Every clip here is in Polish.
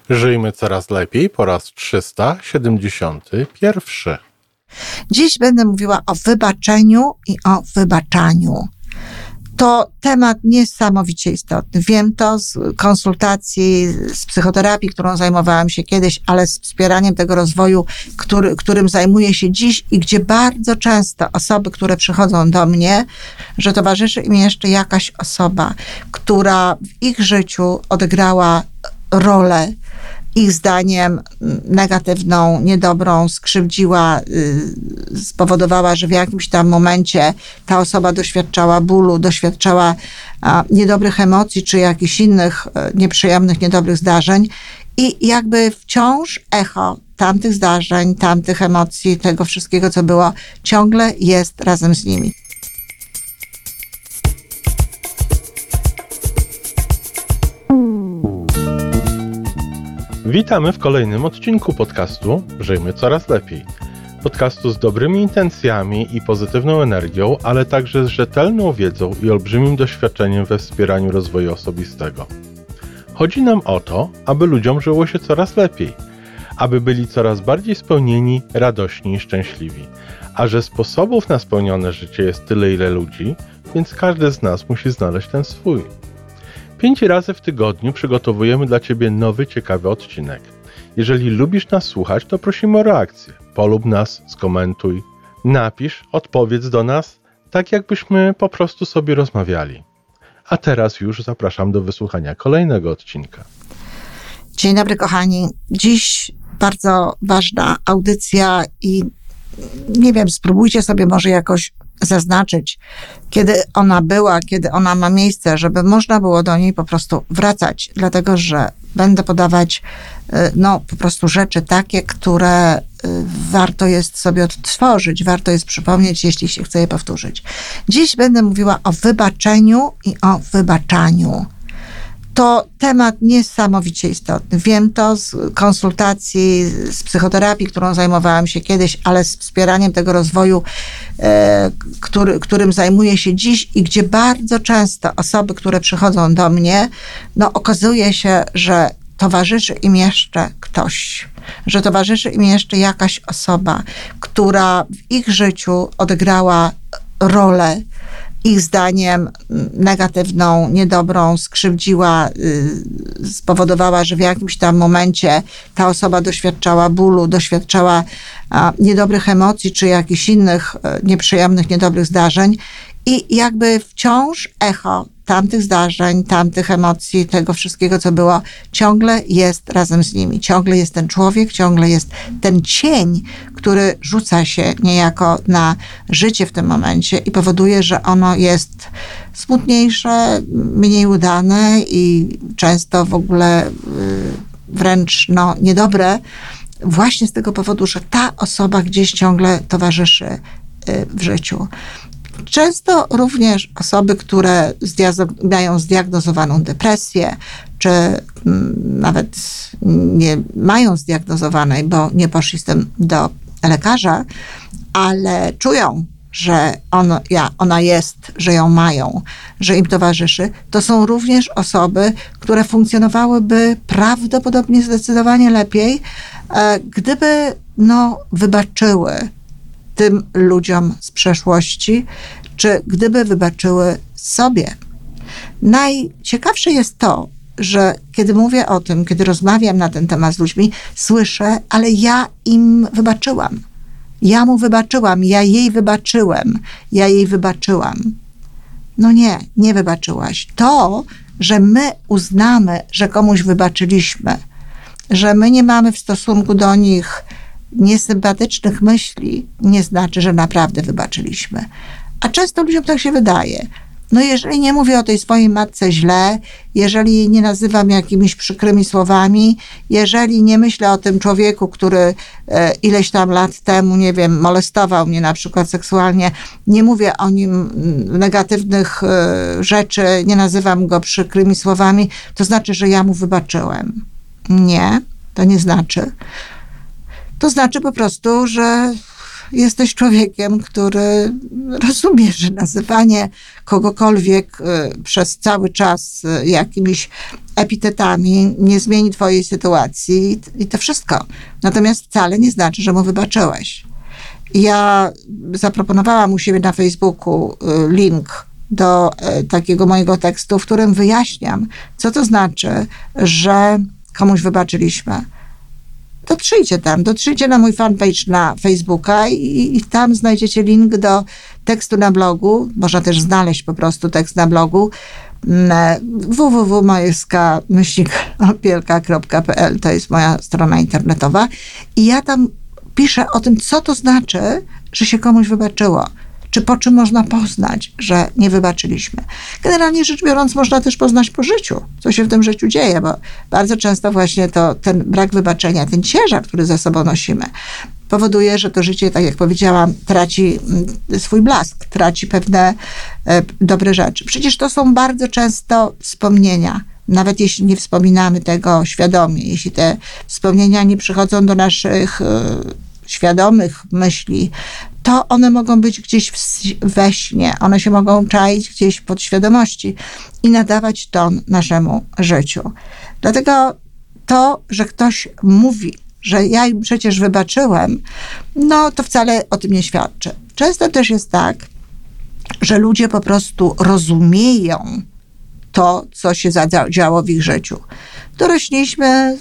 Żyjmy coraz lepiej po raz 371. Dziś będę mówiła o wybaczeniu i o wybaczaniu. To temat niesamowicie istotny. Wiem to z konsultacji, z psychoterapii, którą zajmowałam się kiedyś, ale z wspieraniem tego rozwoju, którym zajmuję się dziś i gdzie bardzo często osoby, które przychodzą do mnie, że towarzyszy im jeszcze jakaś osoba, która w ich życiu odegrała rolę, ich zdaniem negatywną, niedobrą, skrzywdziła, spowodowała, że w jakimś tam momencie ta osoba doświadczała bólu, doświadczała niedobrych emocji, czy jakichś innych nieprzyjemnych, niedobrych zdarzeń i jakby wciąż echo tamtych zdarzeń, tamtych emocji, tego wszystkiego, co było, ciągle jest razem z nimi. Witamy w kolejnym odcinku podcastu Żyjmy coraz lepiej. Podcastu z dobrymi intencjami i pozytywną energią, ale także z rzetelną wiedzą i olbrzymim doświadczeniem we wspieraniu rozwoju osobistego. Chodzi nam o to, aby ludziom żyło się coraz lepiej, aby byli coraz bardziej spełnieni, radośni i szczęśliwi. A że sposobów na spełnione życie jest tyle, ile ludzi, więc każdy z nas musi znaleźć ten swój. 5 razy w tygodniu przygotowujemy dla Ciebie nowy, ciekawy odcinek. Jeżeli lubisz nas słuchać, to prosimy o reakcję. Polub nas, skomentuj, napisz, odpowiedz do nas, tak jakbyśmy po prostu sobie rozmawiali. A teraz już zapraszam do wysłuchania kolejnego odcinka. Dzień dobry, kochani. Dziś bardzo ważna audycja i nie wiem, spróbujcie sobie może jakoś zaznaczyć, kiedy ona była, kiedy ona ma miejsce, żeby można było do niej po prostu wracać, dlatego że będę podawać po prostu rzeczy takie, które warto jest sobie odtworzyć, warto jest przypomnieć, jeśli się chce je powtórzyć. Dziś będę mówiła o wybaczeniu i o wybaczaniu. To temat niesamowicie istotny. Wiem to z konsultacji, z psychoterapii, którą zajmowałam się kiedyś, ale z wspieraniem tego rozwoju, którym zajmuję się dziś i gdzie bardzo często osoby, które przychodzą do mnie, okazuje się, że towarzyszy im jeszcze ktoś, że towarzyszy im jeszcze jakaś osoba, która w ich życiu odegrała rolę, ich zdaniem negatywną, niedobrą, skrzywdziła, spowodowała, że w jakimś tam momencie ta osoba doświadczała bólu, doświadczała niedobrych emocji, czy jakichś innych nieprzyjemnych, niedobrych zdarzeń i jakby wciąż echo tamtych zdarzeń, tamtych emocji, tego wszystkiego, co było, ciągle jest razem z nimi. Ciągle jest ten człowiek, ciągle jest ten cień, który rzuca się niejako na życie w tym momencie i powoduje, że ono jest smutniejsze, mniej udane i często w ogóle wręcz niedobre, właśnie z tego powodu, że ta osoba gdzieś ciągle towarzyszy w życiu. Często również osoby, które mają zdiagnozowaną depresję, czy nawet nie mają zdiagnozowanej, bo nie poszli z tym do lekarza, ale czują, że ona jest, że ją mają, że im towarzyszy, to są również osoby, które funkcjonowałyby prawdopodobnie zdecydowanie lepiej, gdyby wybaczyły tym ludziom z przeszłości, czy gdyby wybaczyły sobie. Najciekawsze jest to, że kiedy mówię o tym, kiedy rozmawiam na ten temat z ludźmi, słyszę, ale ja im wybaczyłam. Ja mu wybaczyłam, ja jej wybaczyłem, ja jej wybaczyłam. Nie wybaczyłaś. To, że my uznamy, że komuś wybaczyliśmy, że my nie mamy w stosunku do nich niesympatycznych myśli, nie znaczy, że naprawdę wybaczyliśmy. A często ludziom tak się wydaje. Jeżeli nie mówię o tej swojej matce źle, jeżeli jej nie nazywam jakimiś przykrymi słowami, jeżeli nie myślę o tym człowieku, który ileś tam lat temu, molestował mnie na przykład seksualnie, nie mówię o nim negatywnych rzeczy, nie nazywam go przykrymi słowami, to znaczy, że ja mu wybaczyłem. Nie, to nie znaczy. To znaczy po prostu, że jesteś człowiekiem, który rozumie, że nazywanie kogokolwiek przez cały czas jakimiś epitetami nie zmieni twojej sytuacji i to wszystko. Natomiast wcale nie znaczy, że mu wybaczyłeś. Ja zaproponowałam u siebie na Facebooku link do takiego mojego tekstu, w którym wyjaśniam, co to znaczy, że komuś wybaczyliśmy. Dotrzyjcie na mój fanpage na Facebooka i tam znajdziecie link do tekstu na blogu. Można też znaleźć po prostu tekst na blogu www.majewska-opielka.pl. To jest moja strona internetowa. I ja tam piszę o tym, co to znaczy, że się komuś wybaczyło. Czy po czym można poznać, że nie wybaczyliśmy. Generalnie rzecz biorąc, można też poznać po życiu, co się w tym życiu dzieje, bo bardzo często właśnie to ten brak wybaczenia, ten ciężar, który ze sobą nosimy, powoduje, że to życie, tak jak powiedziałam, traci swój blask, traci pewne dobre rzeczy. Przecież to są bardzo często wspomnienia. Nawet jeśli nie wspominamy tego świadomie, jeśli te wspomnienia nie przychodzą do naszych świadomych myśli, to one mogą być gdzieś we śnie, one się mogą czaić gdzieś w podświadomości i nadawać ton naszemu życiu. Dlatego to, że ktoś mówi, że ja im przecież wybaczyłem, no to wcale o tym nie świadczy. Często też jest tak, że ludzie po prostu rozumieją to, co się zadziało w ich życiu. Dorośliśmy,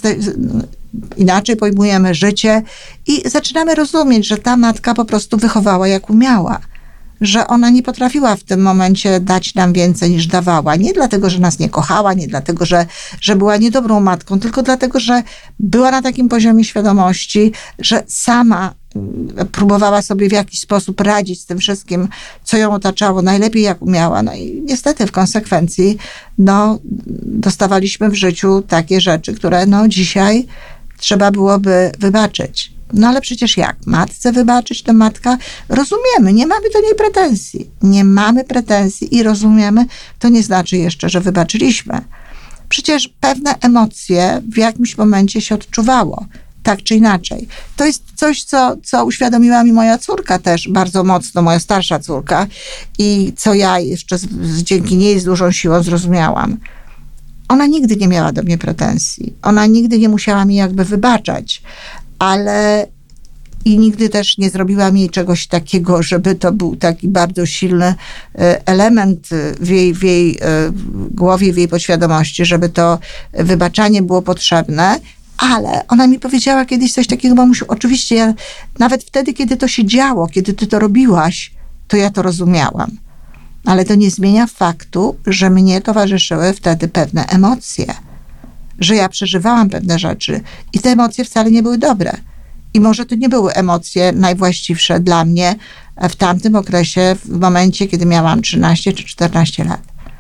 inaczej pojmujemy życie i zaczynamy rozumieć, że ta matka po prostu wychowała jak umiała. Że ona nie potrafiła w tym momencie dać nam więcej niż dawała. Nie dlatego, że nas nie kochała, nie dlatego, że była niedobrą matką, tylko dlatego, że była na takim poziomie świadomości, że sama próbowała sobie w jakiś sposób radzić z tym wszystkim, co ją otaczało, najlepiej jak umiała. No i niestety w konsekwencji dostawaliśmy w życiu takie rzeczy, które dzisiaj trzeba byłoby wybaczyć. No ale przecież jak? Matce wybaczyć, to matka, rozumiemy, nie mamy do niej pretensji. Nie mamy pretensji i rozumiemy, to nie znaczy jeszcze, że wybaczyliśmy. Przecież pewne emocje w jakimś momencie się odczuwało, tak czy inaczej. To jest coś, co uświadomiła mi moja córka też bardzo mocno, moja starsza córka i co ja jeszcze dzięki niej z dużą siłą zrozumiałam. Ona nigdy nie miała do mnie pretensji. Ona nigdy nie musiała mi jakby wybaczać, ale i nigdy też nie zrobiła mi czegoś takiego, żeby to był taki bardzo silny element w jej głowie, w jej podświadomości, żeby to wybaczanie było potrzebne, ale ona mi powiedziała kiedyś coś takiego: mamusiu, oczywiście ja nawet wtedy, kiedy to się działo, kiedy ty to robiłaś, to ja to rozumiałam. Ale to nie zmienia faktu, że mnie towarzyszyły wtedy pewne emocje, że ja przeżywałam pewne rzeczy i te emocje wcale nie były dobre. I może to nie były emocje najwłaściwsze dla mnie w tamtym okresie, w momencie, kiedy miałam 13 czy 14 lat.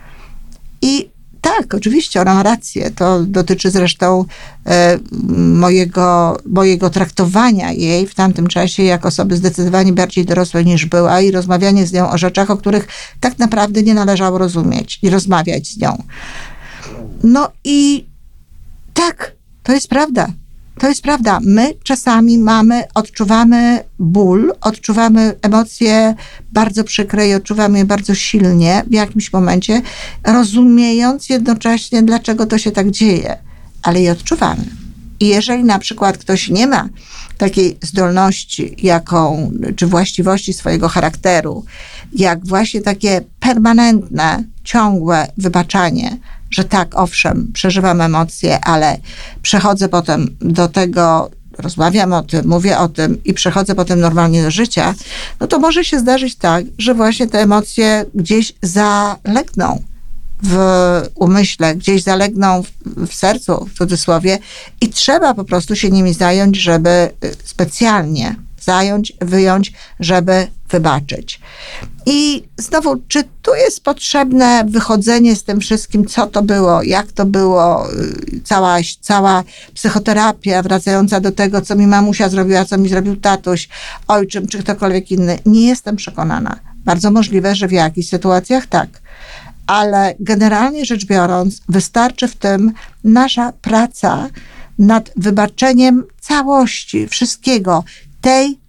I tak, oczywiście ona ma rację. To dotyczy zresztą mojego traktowania jej w tamtym czasie jako osoby zdecydowanie bardziej dorosłej niż była i rozmawianie z nią o rzeczach, o których tak naprawdę nie należało rozumieć i rozmawiać z nią. No i tak, to jest prawda. To jest prawda. My czasami odczuwamy ból, odczuwamy emocje bardzo przykre i odczuwamy je bardzo silnie w jakimś momencie, rozumiejąc jednocześnie, dlaczego to się tak dzieje, ale je odczuwamy. I jeżeli na przykład ktoś nie ma takiej zdolności, czy właściwości swojego charakteru, jak właśnie takie permanentne, ciągłe wybaczanie, że tak, owszem, przeżywam emocje, ale przechodzę potem do tego, rozmawiam o tym, mówię o tym i przechodzę potem normalnie do życia, no to może się zdarzyć tak, że właśnie te emocje gdzieś zalegną w umyśle, gdzieś zalegną w sercu, w cudzysłowie, i trzeba po prostu się nimi zająć, żeby specjalnie wyjąć, żeby wybaczyć. I znowu, czy tu jest potrzebne wychodzenie z tym wszystkim, co to było, jak to było, cała psychoterapia wracająca do tego, co mi mamusia zrobiła, co mi zrobił tatuś, ojczym, czy ktokolwiek inny? Nie jestem przekonana. Bardzo możliwe, że w jakichś sytuacjach tak. Ale generalnie rzecz biorąc, wystarczy w tym nasza praca nad wybaczeniem całości, wszystkiego, tej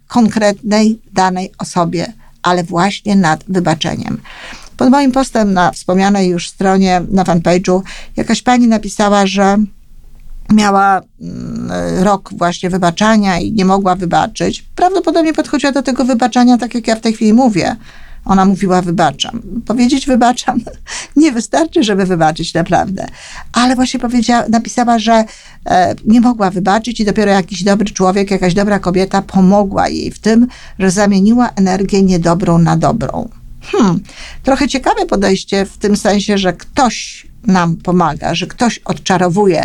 konkretnej, danej osobie, ale właśnie nad wybaczeniem. Pod moim postem na wspomnianej już stronie, na fanpage'u, jakaś pani napisała, że miała rok właśnie wybaczania i nie mogła wybaczyć. Prawdopodobnie podchodziła do tego wybaczania tak, jak ja w tej chwili mówię. Ona mówiła wybaczam. Powiedzieć wybaczam nie wystarczy, żeby wybaczyć naprawdę. Ale właśnie napisała, że nie mogła wybaczyć i dopiero jakiś dobry człowiek, jakaś dobra kobieta pomogła jej w tym, że zamieniła energię niedobrą na dobrą. Trochę ciekawe podejście w tym sensie, że ktoś nam pomaga, że ktoś odczarowuje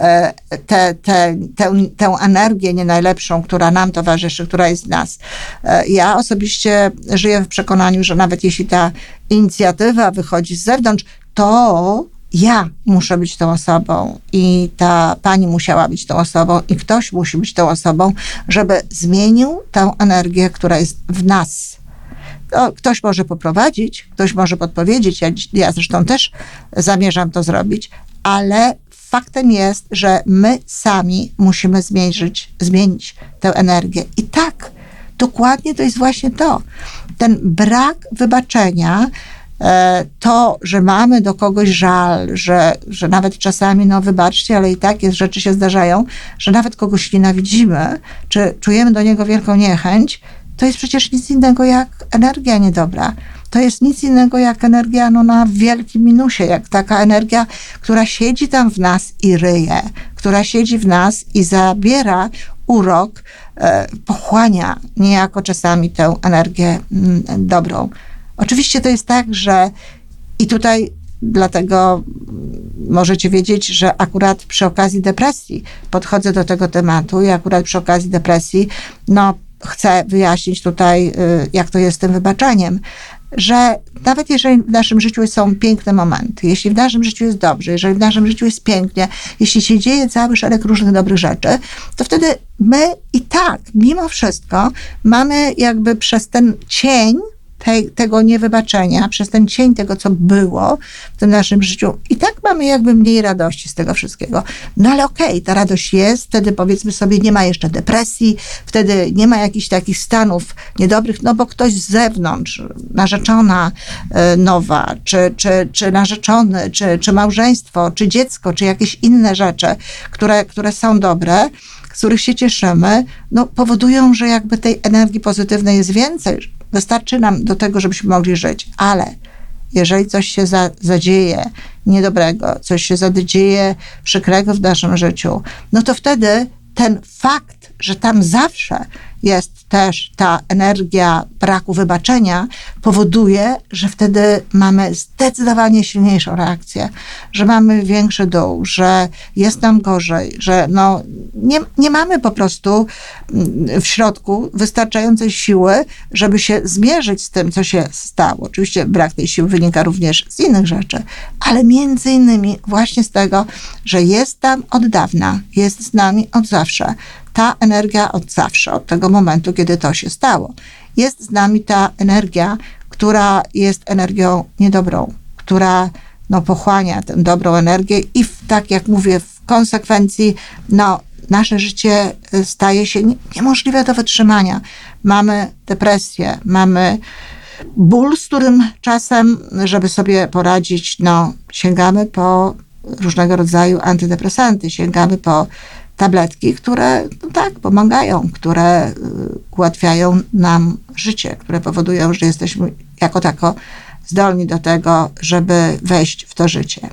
tę energię nie najlepszą, która nam towarzyszy, która jest w nas. Ja osobiście żyję w przekonaniu, że nawet jeśli ta inicjatywa wychodzi z zewnątrz, to ja muszę być tą osobą i ta pani musiała być tą osobą i ktoś musi być tą osobą, żeby zmienił tę energię, która jest w nas. Ktoś może poprowadzić, ktoś może podpowiedzieć, ja zresztą też zamierzam to zrobić, ale faktem jest, że my sami musimy zmienić tę energię. I tak, dokładnie to jest właśnie to. Ten brak wybaczenia, to, że mamy do kogoś żal, że nawet czasami, wybaczcie, ale i tak rzeczy się zdarzają, że nawet kogoś nienawidzimy, czy czujemy do niego wielką niechęć, to jest przecież nic innego jak energia niedobra. To jest nic innego jak energia na wielkim minusie, jak taka energia, która siedzi tam w nas i ryje, która siedzi w nas i zabiera urok, pochłania niejako czasami tę energię dobrą. Oczywiście to jest tak, że i tutaj dlatego możecie wiedzieć, że akurat przy okazji depresji podchodzę do tego tematu i akurat przy okazji depresji, chcę wyjaśnić tutaj, jak to jest z tym wybaczaniem, że nawet jeżeli w naszym życiu są piękne momenty, jeśli w naszym życiu jest dobrze, jeżeli w naszym życiu jest pięknie, jeśli się dzieje cały szereg różnych dobrych rzeczy, to wtedy my i tak, mimo wszystko, mamy jakby przez ten cień tego niewybaczenia, przez ten cień tego, co było w tym naszym życiu, i tak mamy jakby mniej radości z tego wszystkiego. Ale okej, ta radość jest, wtedy powiedzmy sobie, nie ma jeszcze depresji, wtedy nie ma jakichś takich stanów niedobrych, bo ktoś z zewnątrz, narzeczona nowa, czy narzeczony, czy małżeństwo, czy dziecko, czy jakieś inne rzeczy, które są dobre, z których się cieszymy, powodują, że jakby tej energii pozytywnej jest więcej. Wystarczy nam do tego, żebyśmy mogli żyć. Ale jeżeli coś się zadzieje niedobrego, coś się zadzieje przykrego w naszym życiu, to wtedy ten fakt, że tam zawsze jest też ta energia braku wybaczenia, powoduje, że wtedy mamy zdecydowanie silniejszą reakcję, że mamy większy dół, że jest nam gorzej, że nie mamy po prostu w środku wystarczającej siły, żeby się zmierzyć z tym, co się stało. Oczywiście brak tej siły wynika również z innych rzeczy, ale między innymi właśnie z tego, że jest tam od dawna, jest z nami od zawsze. Ta energia od zawsze, od tego momentu, kiedy to się stało. Jest z nami ta energia, która jest energią niedobrą, która pochłania tę dobrą energię i tak jak mówię, w konsekwencji nasze życie staje się niemożliwe do wytrzymania. Mamy depresję, mamy ból, z którym czasem, żeby sobie poradzić, sięgamy po różnego rodzaju antydepresanty, sięgamy po tabletki, które pomagają, które ułatwiają nam życie, które powodują, że jesteśmy jako tako zdolni do tego, żeby wejść w to życie.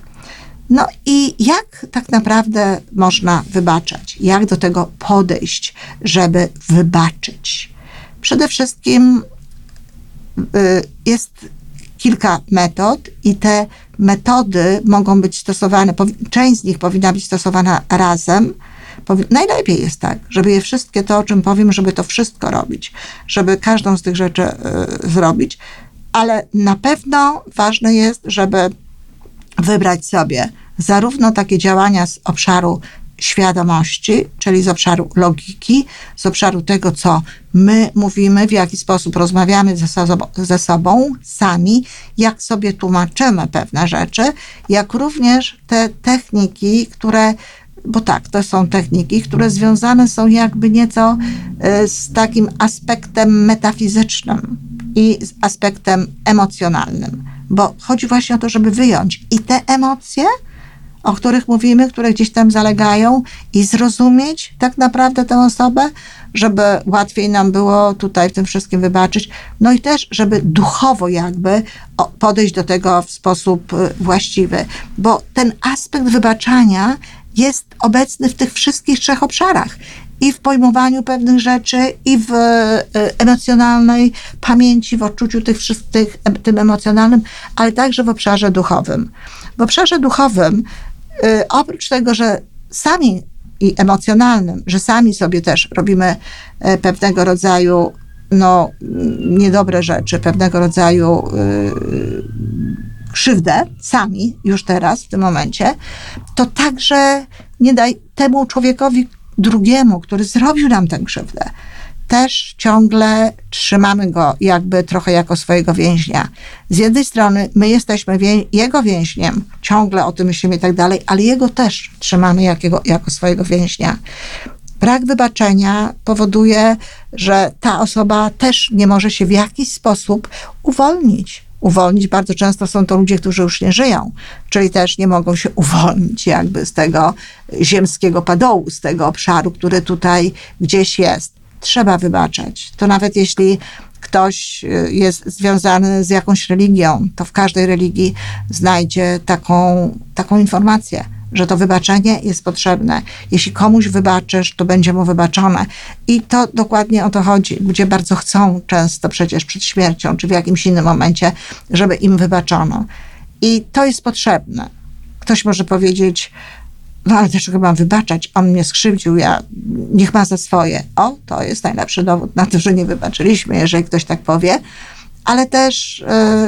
I jak tak naprawdę można wybaczać? Jak do tego podejść, żeby wybaczyć? Przede wszystkim jest kilka metod i te metody mogą być stosowane, część z nich powinna być stosowana razem. Najlepiej jest tak, żeby je wszystkie, to o czym powiem, żeby to wszystko robić, żeby każdą z tych rzeczy zrobić, ale na pewno ważne jest, żeby wybrać sobie zarówno takie działania z obszaru świadomości, czyli z obszaru logiki, z obszaru tego, co my mówimy, w jaki sposób rozmawiamy ze sobą sami, jak sobie tłumaczymy pewne rzeczy, jak również te techniki, które bo tak, to są techniki, które związane są jakby nieco z takim aspektem metafizycznym i z aspektem emocjonalnym, bo chodzi właśnie o to, żeby wyjąć i te emocje, o których mówimy, które gdzieś tam zalegają, i zrozumieć tak naprawdę tę osobę, żeby łatwiej nam było tutaj w tym wszystkim wybaczyć, no i też, żeby duchowo jakby podejść do tego w sposób właściwy, bo ten aspekt wybaczania jest obecny w tych wszystkich 3 obszarach. I w pojmowaniu pewnych rzeczy, i w emocjonalnej pamięci, w odczuciu tym emocjonalnym, ale także w obszarze duchowym. W obszarze duchowym, oprócz tego, że sami i emocjonalnym, że sami sobie też robimy pewnego rodzaju niedobre rzeczy, pewnego rodzaju krzywdę sami już teraz, w tym momencie, to także nie daj temu człowiekowi drugiemu, który zrobił nam tę krzywdę, też ciągle trzymamy go jakby trochę jako swojego więźnia. Z jednej strony my jesteśmy jego więźniem, ciągle o tym myślimy i tak dalej, ale jego też trzymamy jako swojego więźnia. Brak wybaczenia powoduje, że ta osoba też nie może się w jakiś sposób uwolnić. Bardzo często są to ludzie, którzy już nie żyją, czyli też nie mogą się uwolnić jakby z tego ziemskiego padołu, z tego obszaru, który tutaj gdzieś jest. Trzeba wybaczać. To nawet jeśli ktoś jest związany z jakąś religią, to w każdej religii znajdzie taką informację, że to wybaczenie jest potrzebne. Jeśli komuś wybaczysz, to będzie mu wybaczone. I to dokładnie o to chodzi. Ludzie bardzo chcą często przecież przed śmiercią, czy w jakimś innym momencie, żeby im wybaczono. I to jest potrzebne. Ktoś może powiedzieć, ale dlaczego mam wybaczać? On mnie skrzywdził, niech ma za swoje. To jest najlepszy dowód na to, że nie wybaczyliśmy, jeżeli ktoś tak powie. Ale też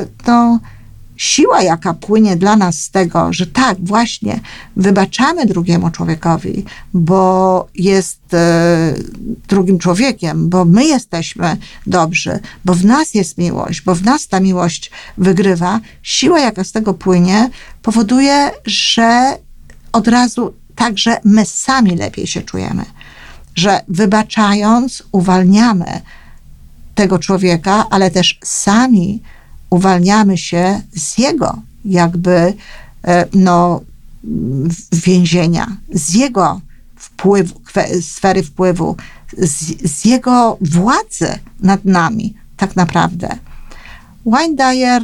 siła, jaka płynie dla nas z tego, że tak, właśnie wybaczamy drugiemu człowiekowi, bo jest drugim człowiekiem, bo my jesteśmy dobrzy, bo w nas jest miłość, bo w nas ta miłość wygrywa. Siła, jaka z tego płynie, powoduje, że od razu także my sami lepiej się czujemy. Że wybaczając uwalniamy tego człowieka, ale też sami uwalniamy się z jego jakby więzienia, z jego sfery wpływu, z jego władzy nad nami tak naprawdę. Wayne Dyer,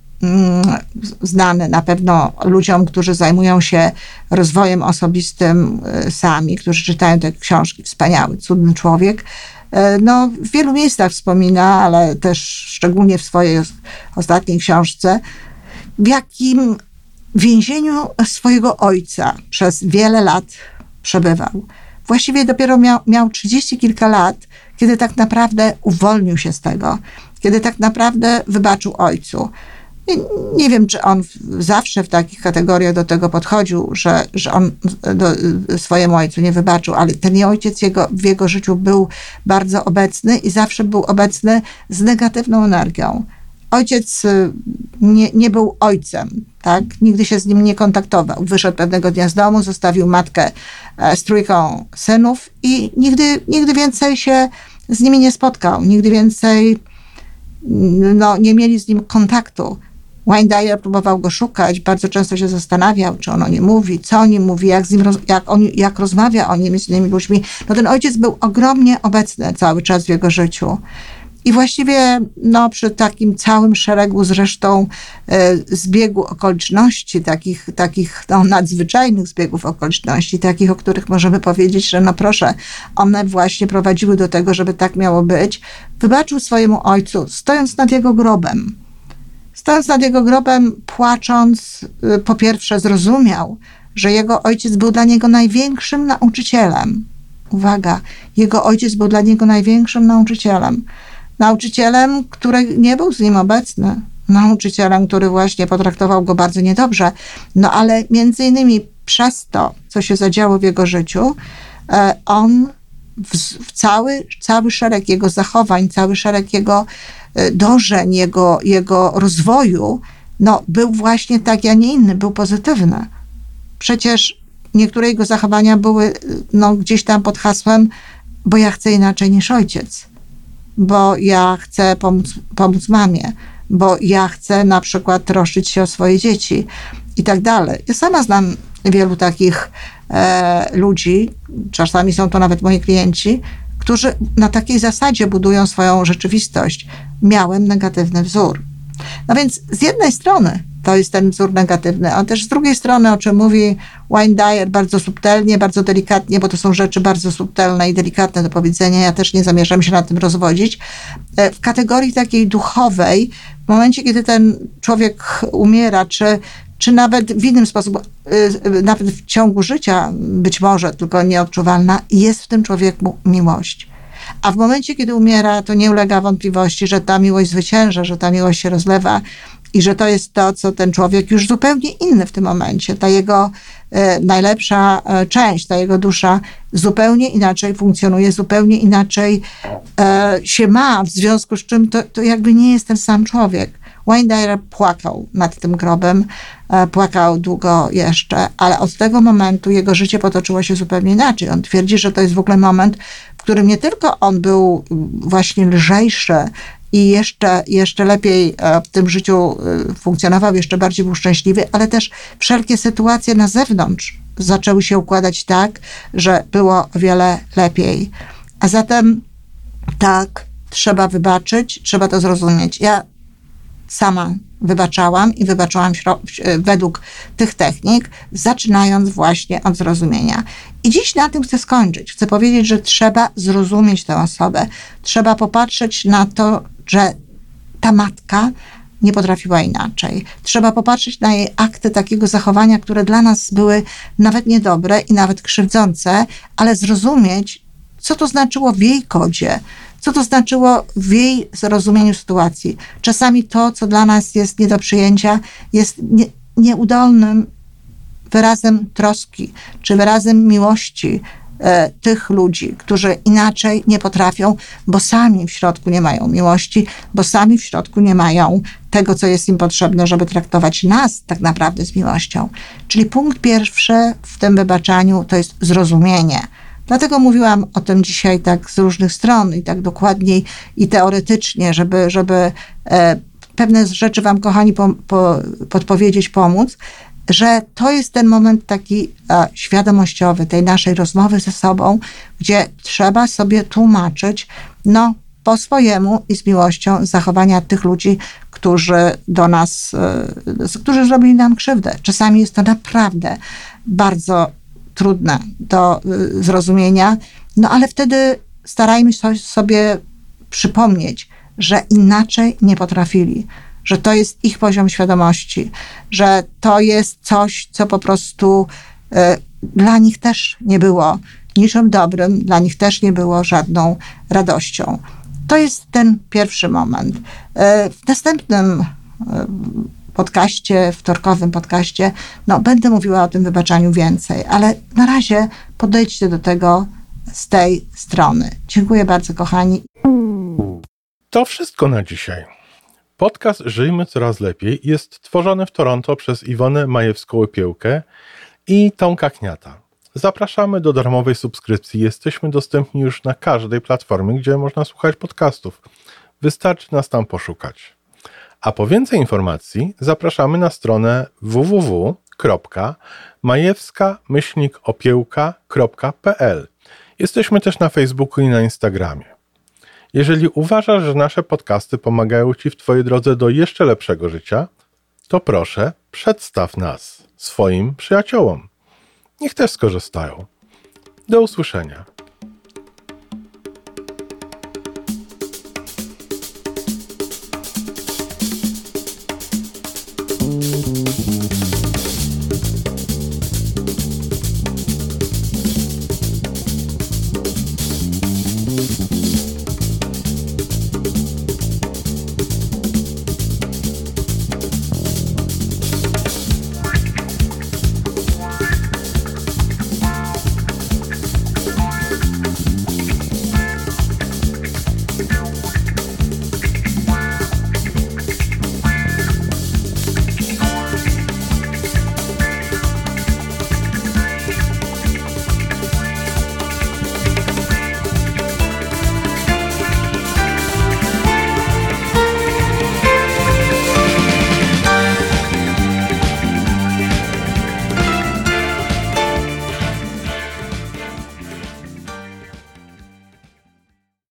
znany na pewno ludziom, którzy zajmują się rozwojem osobistym sami, którzy czytają te książki, wspaniały, cudny człowiek, w wielu miejscach wspomina, ale też szczególnie w swojej ostatniej książce, w jakim więzieniu swojego ojca przez wiele lat przebywał. Właściwie dopiero miał 30 kilka lat, kiedy tak naprawdę uwolnił się z tego, kiedy tak naprawdę wybaczył ojcu. Nie wiem, czy on zawsze w takich kategoriach do tego podchodził, że on swojemu ojcu nie wybaczył, ale ten ojciec w jego życiu był bardzo obecny i zawsze był obecny z negatywną energią. Ojciec nie był ojcem, tak? Nigdy się z nim nie kontaktował. Wyszedł pewnego dnia z domu, zostawił matkę z 3 synów i nigdy więcej się z nimi nie spotkał. Nigdy więcej nie mieli z nim kontaktu. Wayne Dyer próbował go szukać, bardzo często się zastanawiał, czy on o nim mówi, co o nim mówi, jak rozmawia o nim z innymi ludźmi. Ten ojciec był ogromnie obecny cały czas w jego życiu. I właściwie przy takim całym szeregu zresztą zbiegu okoliczności, takich nadzwyczajnych zbiegów okoliczności, takich, o których możemy powiedzieć, że proszę, one właśnie prowadziły do tego, żeby tak miało być, wybaczył swojemu ojcu, stojąc nad jego grobem. Stojąc nad jego grobem, płacząc, po pierwsze zrozumiał, że jego ojciec był dla niego największym nauczycielem. Uwaga, jego ojciec był dla niego największym nauczycielem. Nauczycielem, który nie był z nim obecny. Nauczycielem, który właśnie potraktował go bardzo niedobrze. Ale między innymi przez to, co się zadziało w jego życiu, on cały szereg jego zachowań, cały szereg jego dążeń, jego rozwoju, był właśnie taki, a nie inny, był pozytywny. Przecież niektóre jego zachowania były gdzieś tam pod hasłem, bo ja chcę inaczej niż ojciec, bo ja chcę pomóc mamie, bo ja chcę na przykład troszczyć się o swoje dzieci i tak dalej. Ja sama znam wielu takich ludzi, czasami są to nawet moi klienci, którzy na takiej zasadzie budują swoją rzeczywistość. Miałem negatywny wzór. No więc z jednej strony to jest ten wzór negatywny, a też z drugiej strony, o czym mówi Wayne Dyer bardzo subtelnie, bardzo delikatnie, bo to są rzeczy bardzo subtelne i delikatne do powiedzenia, ja też nie zamierzam się na tym rozwodzić. W kategorii takiej duchowej, w momencie, kiedy ten człowiek umiera, czy nawet w innym sposób, nawet w ciągu życia, być może tylko nieodczuwalna, jest w tym człowieku miłość. A w momencie, kiedy umiera, to nie ulega wątpliwości, że ta miłość zwycięża, że ta miłość się rozlewa i że to jest to, co ten człowiek już zupełnie inny w tym momencie. Ta jego najlepsza część, ta jego dusza zupełnie inaczej funkcjonuje, zupełnie inaczej się ma, w związku z czym to jakby nie jest ten sam człowiek. Wayne Dyer płakał nad tym grobem, płakał długo jeszcze, ale od tego momentu jego życie potoczyło się zupełnie inaczej. On twierdzi, że to jest w ogóle moment, w którym nie tylko on był właśnie lżejszy i jeszcze lepiej w tym życiu funkcjonował, jeszcze bardziej był szczęśliwy, ale też wszelkie sytuacje na zewnątrz zaczęły się układać tak, że było o wiele lepiej. A zatem tak, trzeba wybaczyć, trzeba to zrozumieć. Ja sama wybaczałam i wybaczyłam według tych technik, zaczynając właśnie od zrozumienia. I dziś na tym chcę skończyć. Chcę powiedzieć, że trzeba zrozumieć tę osobę. Trzeba popatrzeć na to, że ta matka nie potrafiła inaczej. Trzeba popatrzeć na jej akty takiego zachowania, które dla nas były nawet niedobre i nawet krzywdzące, ale zrozumieć, co to znaczyło w jej kodzie, co to znaczyło w jej zrozumieniu sytuacji. Czasami to, co dla nas jest nie do przyjęcia, jest nieudolnym wyrazem troski, czy wyrazem miłości tych ludzi, którzy inaczej nie potrafią, bo sami w środku nie mają miłości, bo sami w środku nie mają tego, co jest im potrzebne, żeby traktować nas tak naprawdę z miłością. Czyli punkt pierwszy w tym wybaczaniu to jest zrozumienie. Dlatego mówiłam o tym dzisiaj tak z różnych stron i tak dokładniej i teoretycznie, żeby pewne rzeczy wam, kochani, podpowiedzieć, pomóc, że to jest ten moment taki świadomościowy tej naszej rozmowy ze sobą, gdzie trzeba sobie tłumaczyć, po swojemu i z miłością zachowania tych ludzi, którzy do nas, którzy zrobili nam krzywdę. Czasami jest to naprawdę bardzo trudne do zrozumienia, ale wtedy starajmy się sobie przypomnieć, że inaczej nie potrafili, że to jest ich poziom świadomości, że to jest coś, co po prostu dla nich też nie było niczym dobrym, dla nich też nie było żadną radością. To jest ten pierwszy moment. W następnym podcaście, wtorkowym podcaście, będę mówiła o tym wybaczaniu więcej, ale na razie podejdźcie do tego z tej strony. Dziękuję bardzo, kochani. To wszystko na dzisiaj. Podcast Żyjmy Coraz Lepiej jest tworzony w Toronto przez Iwonę Majewską-Opiełkę i Tomka Kniata. Zapraszamy do darmowej subskrypcji. Jesteśmy dostępni już na każdej platformie, gdzie można słuchać podcastów. Wystarczy nas tam poszukać. A po więcej informacji zapraszamy na stronę www.majewska-opiełka.pl. Jesteśmy też na Facebooku i na Instagramie. Jeżeli uważasz, że nasze podcasty pomagają Ci w Twojej drodze do jeszcze lepszego życia, to proszę, przedstaw nas swoim przyjaciołom. Niech też skorzystają. Do usłyszenia.